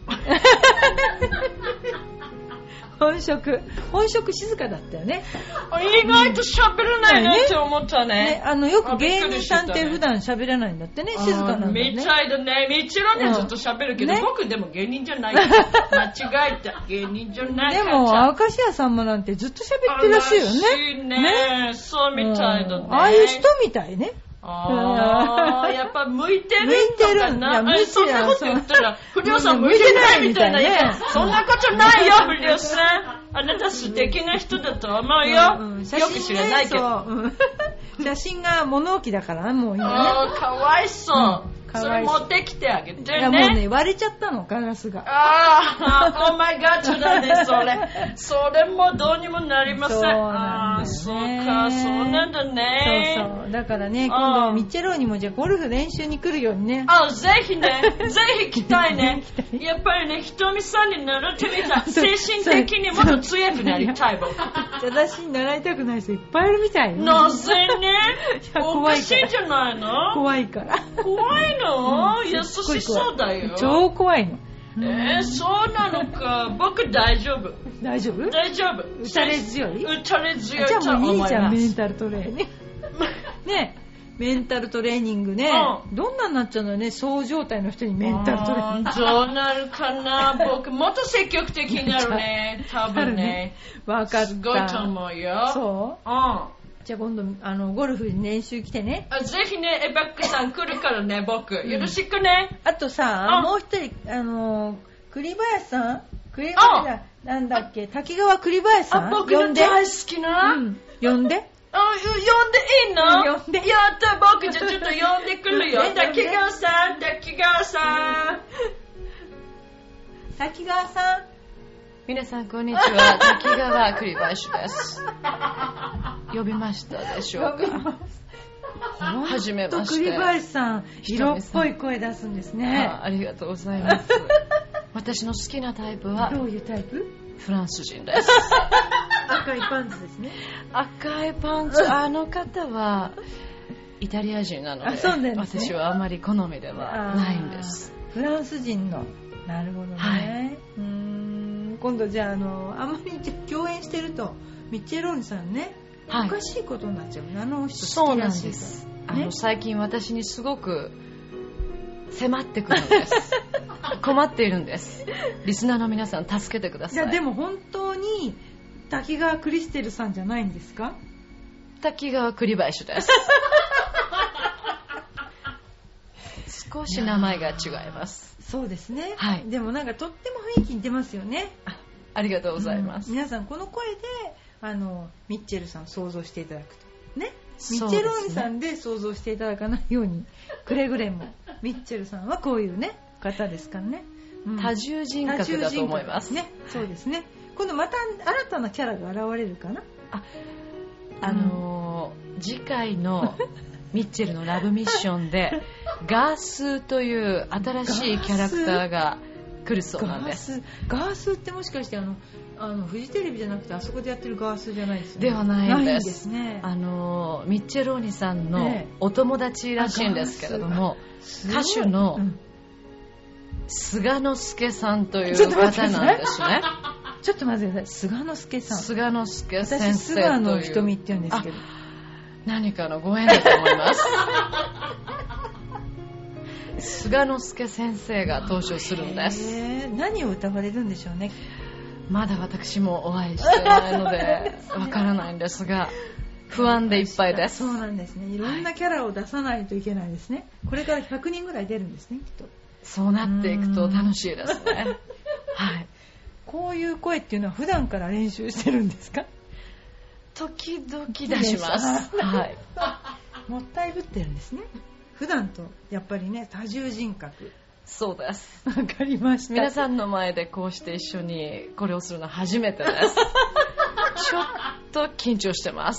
A: 本職静かだったよね。
C: 意外と喋らないなって思ったね。
A: よく芸人さんって普段喋らないんだってね、静かなんだね。
C: みたいだね。みちろんねずっと喋るけど、僕でも芸人じゃない。間違えた。芸人じゃない。
A: でも、明石家さんまなんてずっと喋ってらっしゃるよね。
C: らしいね。そうみたいだね。
A: ああいう人みたいね。
C: やっぱ向いてるのかな。そんなこと言ったら、不良さん向いてないみたいなね。そんなことないよ、不良さん。あなた素敵な人だと思うよ。よく知らないけど。
A: 写真が物置だからもう今
C: ね。かわいそう。それ持ってきてあげてね。
A: いやもうね、割れちゃったの、ガラスが。
C: オーマイガッチョだね、それ。それもどうにもなりません。そうか、そうなんだね。
A: そう。だからね、今度、ミッチェローにもじゃあゴルフ練習に来るようにね。
C: ぜひね、ぜひ来たいね。やっぱりね、ひとみさんに習ってみた。精神的にもっと強くなりたい僕。
A: 私に習いたくない人いっぱいいるみたいよ。
C: なぜね。おかしいんじゃないの？
A: 怖いから。
C: 怖いの？優しそうだよ。
A: 超怖いの。
C: そうなのか。僕大丈夫。
A: 大丈夫？
C: 大丈夫。
A: 打たれ強い？
C: 打たれ強い。
A: じゃあもういいじゃん、メンタルトレーニング。ね、メンタルトレーニングね。どんなになっちゃうのよね、そう状態の人にメンタルトレーニング。
C: どうなるかな。僕もっと積極的になるね。多分ね。
A: わかった。
C: すごいと思うよ。
A: そう？じゃあ今度ゴルフに練習来てね。
C: ぜひね、エバックさん来るからね、僕。よろしくね。
A: あとさ、もう一人、栗林さん？栗林なんだっけ、滝川栗林さん？
C: 僕の大好きな。
A: 呼んで。
C: 呼んでいいの？
A: 呼んで。
C: やった、僕じゃちょっと呼んでくるよ。滝川さん。
A: 滝川さん。
B: 皆さんこんにちは。滝川栗林です。呼びましたでしょうか？はじめまして。
A: 栗林さん、色っぽい声出すんですね。
B: ありがとうございます。私の好きなタイプは
A: どういうタイプ？
B: フランス人です。
A: 赤いパンツですね。
B: 赤いパンツ、あの方はイタリア人なので、
A: そうなんですね、
B: 私はあまり好みではないんです。
A: フランス人の。なるほどね。はい、今度じゃあ、あんまり共演してるとミッチェローニさんね、おかしいことになっちゃう。あの人好きらしいから。
B: そうなんです。最近私にすごく迫ってくるんです。困っているんです。リスナーの皆さん助けてください。
A: いやでも本当に滝川クリステルさんじゃないんですか？
B: 滝川栗林です。少し名前が違います。
A: そうですね、
B: はい、
A: でもなんかとっても雰囲気に出ますよね。
B: ありがとうございます、
A: 皆さんこの声でミッチェルさんを想像していただくとね、ミッチェローニさんで想像していただかないようにくれぐれもミッチェルさんはこういうね方ですからね、
B: 多重人格だと思います
A: ね。そうですね。今度また新たなキャラが現れるかな。
B: 次回のミッチェルのラブミッションでガースという新しいキャラクターが来るそうなんです。
A: ガースってもしかしてフジテレビじゃなくてあそこでやってるガースじゃないですよね。
B: ではないんです。
A: ないんですね。
B: ミッチェローニさんのお友達らしいんですけれども、歌手の菅之助さんという方なんですね。
A: ちょっと待ってください。菅之助さん。
B: 菅之助先生という。
A: 私菅野瞳って言うんですけど。
B: 何かのご縁だと思います。菅之助先生が登場するんです。
A: 何を歌われるんでしょうね。
B: まだ私もお会いしてないのでわからないんですが、不安でいっぱいです。
A: そうなんですね。いろんなキャラを出さないといけないですね。これから100人ぐらい出るんですね、きっと。
B: そうなっていくと楽しいですね。はい。
A: こういう声っていうのは普段から練習してるんですか？
B: 時々出します。はい。
A: もったいぶってるんですね。普段とやっぱりね、多重人格。
B: そうです。
A: わかりました。
B: 皆さんの前でこうして一緒にこれをするのは初めてです。ちょっと緊張してます。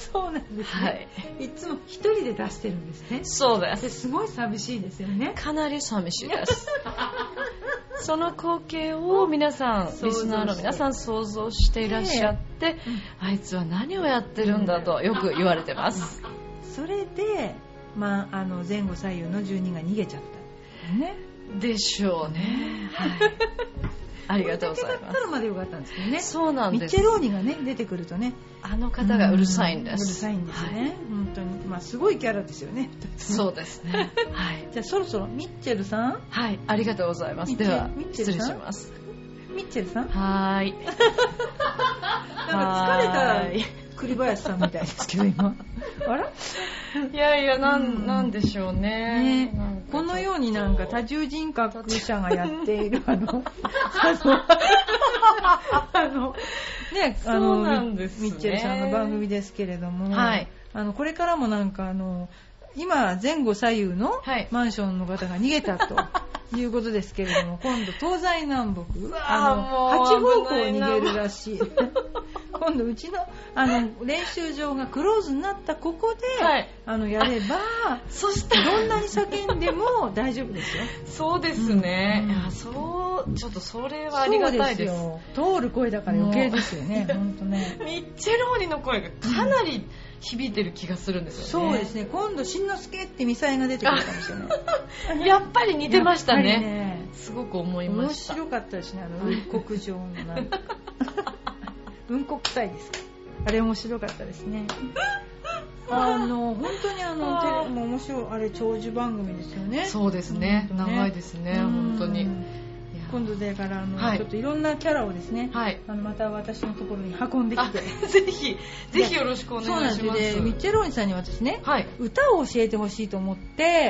A: そうなんですね。はい。いつも一人で出してるんですね。
B: そうです。
A: すごい寂しいですよね。
B: かなり寂しいです。その光景を皆さん、リスナーの皆さん想像していらっしゃって、あいつは何をやってるんだとよく言われてます。
A: それで、前後左右の住人が逃げちゃったね。
B: でしょうね。はい。ありがとうございます。
A: だったらまでよかったんですけどね。
B: そうなんです。
A: ミッチェローニがね出てくるとね、
B: あの方がうるさいんです。
A: うるさいんですよね。はい、本当にすごいキャラですよね。
B: そうですね。はい。
A: じゃあそろそろミッチェルさん。
B: はい。ありがとうございます。では失礼します。
A: ミッチェルさん。
B: はーい。
A: なんか疲れた栗林さんみたいですけど今。あら？
B: いやいやなんでしょうね。
A: このようになんか多重人格者がやっているね、
B: そうなんですね。
A: ミッチェルさんの番組ですけれども、
B: はい、
A: これからもなんか今前後左右のマンションの方が逃げたということですけれども、今度東西南北8方向に逃げるらしい。今度うちの練習場がクローズになったここで、
B: はい、
A: やれば
B: そして
A: どんなに叫んでも大丈夫ですよ。
B: そうですね。いやちょっとそれはありがたいです。
A: 通る声だから余計ですよね。本当ね。
B: ミッチェローニの声がかなり響いてる気がするんですよね。
A: そうですね。今度しんのすけってミサイが出てくるかもしれない。
B: やっぱり似てましたね。すごく思いました。
A: 面白かったですね。雲国上のなんか雲国臭いですか。あれ面白かったですね。本当にテレビも面白い、あれ長寿番組ですよね。
B: そうですね。長いですね。本当に。
A: 今度だからちょっといろんなキャラをですね、
B: はい、
A: また私のところに運んできて、
B: ぜひよろしくお願いします。
A: そうなんです。ミッチェローニさんに私ね、
B: はい、
A: 歌を教えてほしいと思って、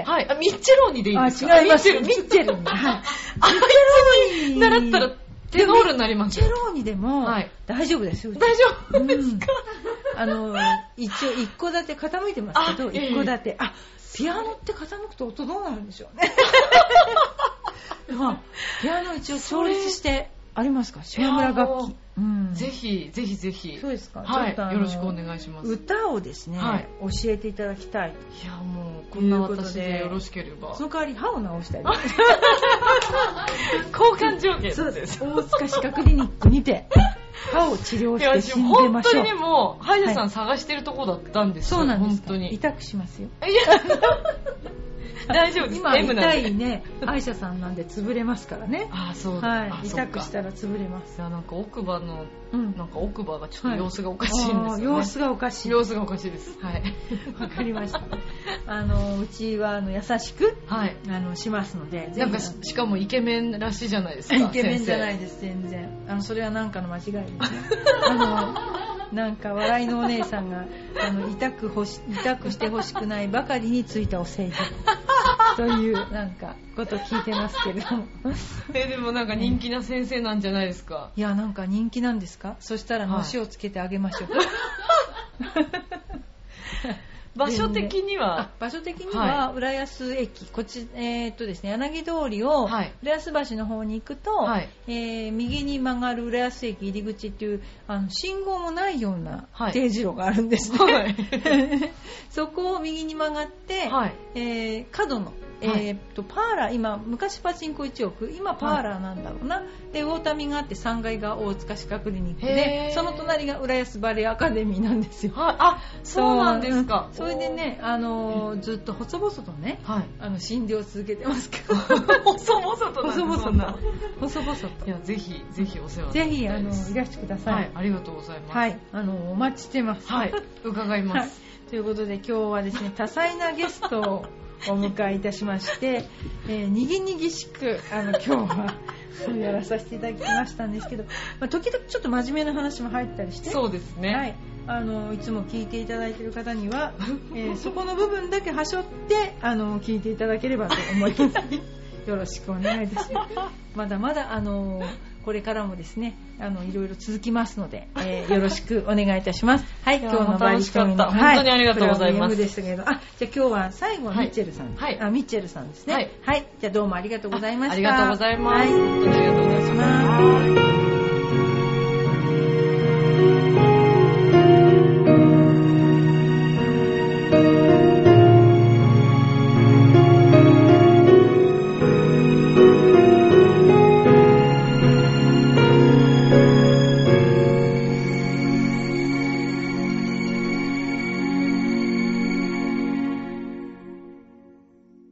B: はい、ミッチェローニでいいですか？
A: 違います。ミッチェローニ。はい。
B: ミッチェローニ習ったらテノールになります。
A: ミッチェローニでも大丈夫ですよ。
B: 大丈夫ですか？
A: 一応一戸建て傾いてますけど、一戸建て。ピアノって傾くと音どうなるんでしょうね。ピアノ一応調律してありますか？島村楽器。
B: ぜひぜひぜひ。
A: そうですか。
B: はい。よろしくお願いします。
A: 歌をですね、教えていただきたい。
B: いや、もうこんな私でよろしければ。
A: その代わり歯を直したい。
B: 交換条件。
A: そうです。大塚歯科クリニックにて歯を治療して死んでましょう。
B: 本当にね、もう歯医者さん探してるとこだったんですよ。
A: そうなんです。
B: 本当に。
A: 痛くしますよ。
B: いや。大丈夫です。
A: 今痛いね、歯医者さんなんで潰れますからね。
B: あ、そう
A: だ。はい。痛くしたら潰れます。
B: いや、なんか奥歯の、なんか奥歯がちょっと様子がおかしいんですよね。
A: 様子がおかしい。
B: 様子がおかしいです。はい。
A: わかりました。うちは優しく、しますので。
B: なんかしかもイケメンらしいじゃないですか。
A: イケメンじゃないです、全然。それはなんかの間違いですね。なんか笑いのお姉さんが痛くしてほしくないばかりについたお世辞というなんかことを聞いてますけれども。
B: でもなんか人気な先生なんじゃないですか。
A: いや、なんか人気なんですか。そしたらのしをつけてあげましょう。
B: 場所的には
A: 浦安駅、こっちですね、柳通りを浦安橋の方に行くと、右に曲がる浦安駅入り口っていう信号もないような丁字路があるんですね。そこを右に曲がって、角のパーラー、今昔パチンコ1億、今パーラーなんだろうな。で魚民があって3階が大塚歯科クリニックで、その隣が浦安バレエアカデミーなんですよ。
B: あ、そうなんですか。
A: それでね、ずっと細々とね、診療を続けてますけど。
B: 細々と
A: 細々と。
B: いや、ぜひぜひお世話
A: ぜひいらしてください。
B: はい、ありがとうございます。
A: はい、お待ちしてます。
B: はい、伺います。
A: ということで今日はですね、多彩なゲストをお迎えいたしまして、にぎにぎしく今日はやらさせていただきましたんですけど、時々ちょっと真面目な話も入ったりして、
B: そうですね。
A: はい、いつも聞いていただいている方には、そこの部分だけはしょって聞いていただければと思います。よろしくお願いいたします。まだまだこれからもですね、いろいろ続きますので、よろしくお願いいたします。はい、今日のバリストミの、
B: 本当にありがとうございます。
A: でしたけど、じゃあ今日は最後はミッチェルさん、ミッチェルさんですね。はい、じゃあどうもありがとうございました。
B: ありがとうございます。本当にありがとうございます。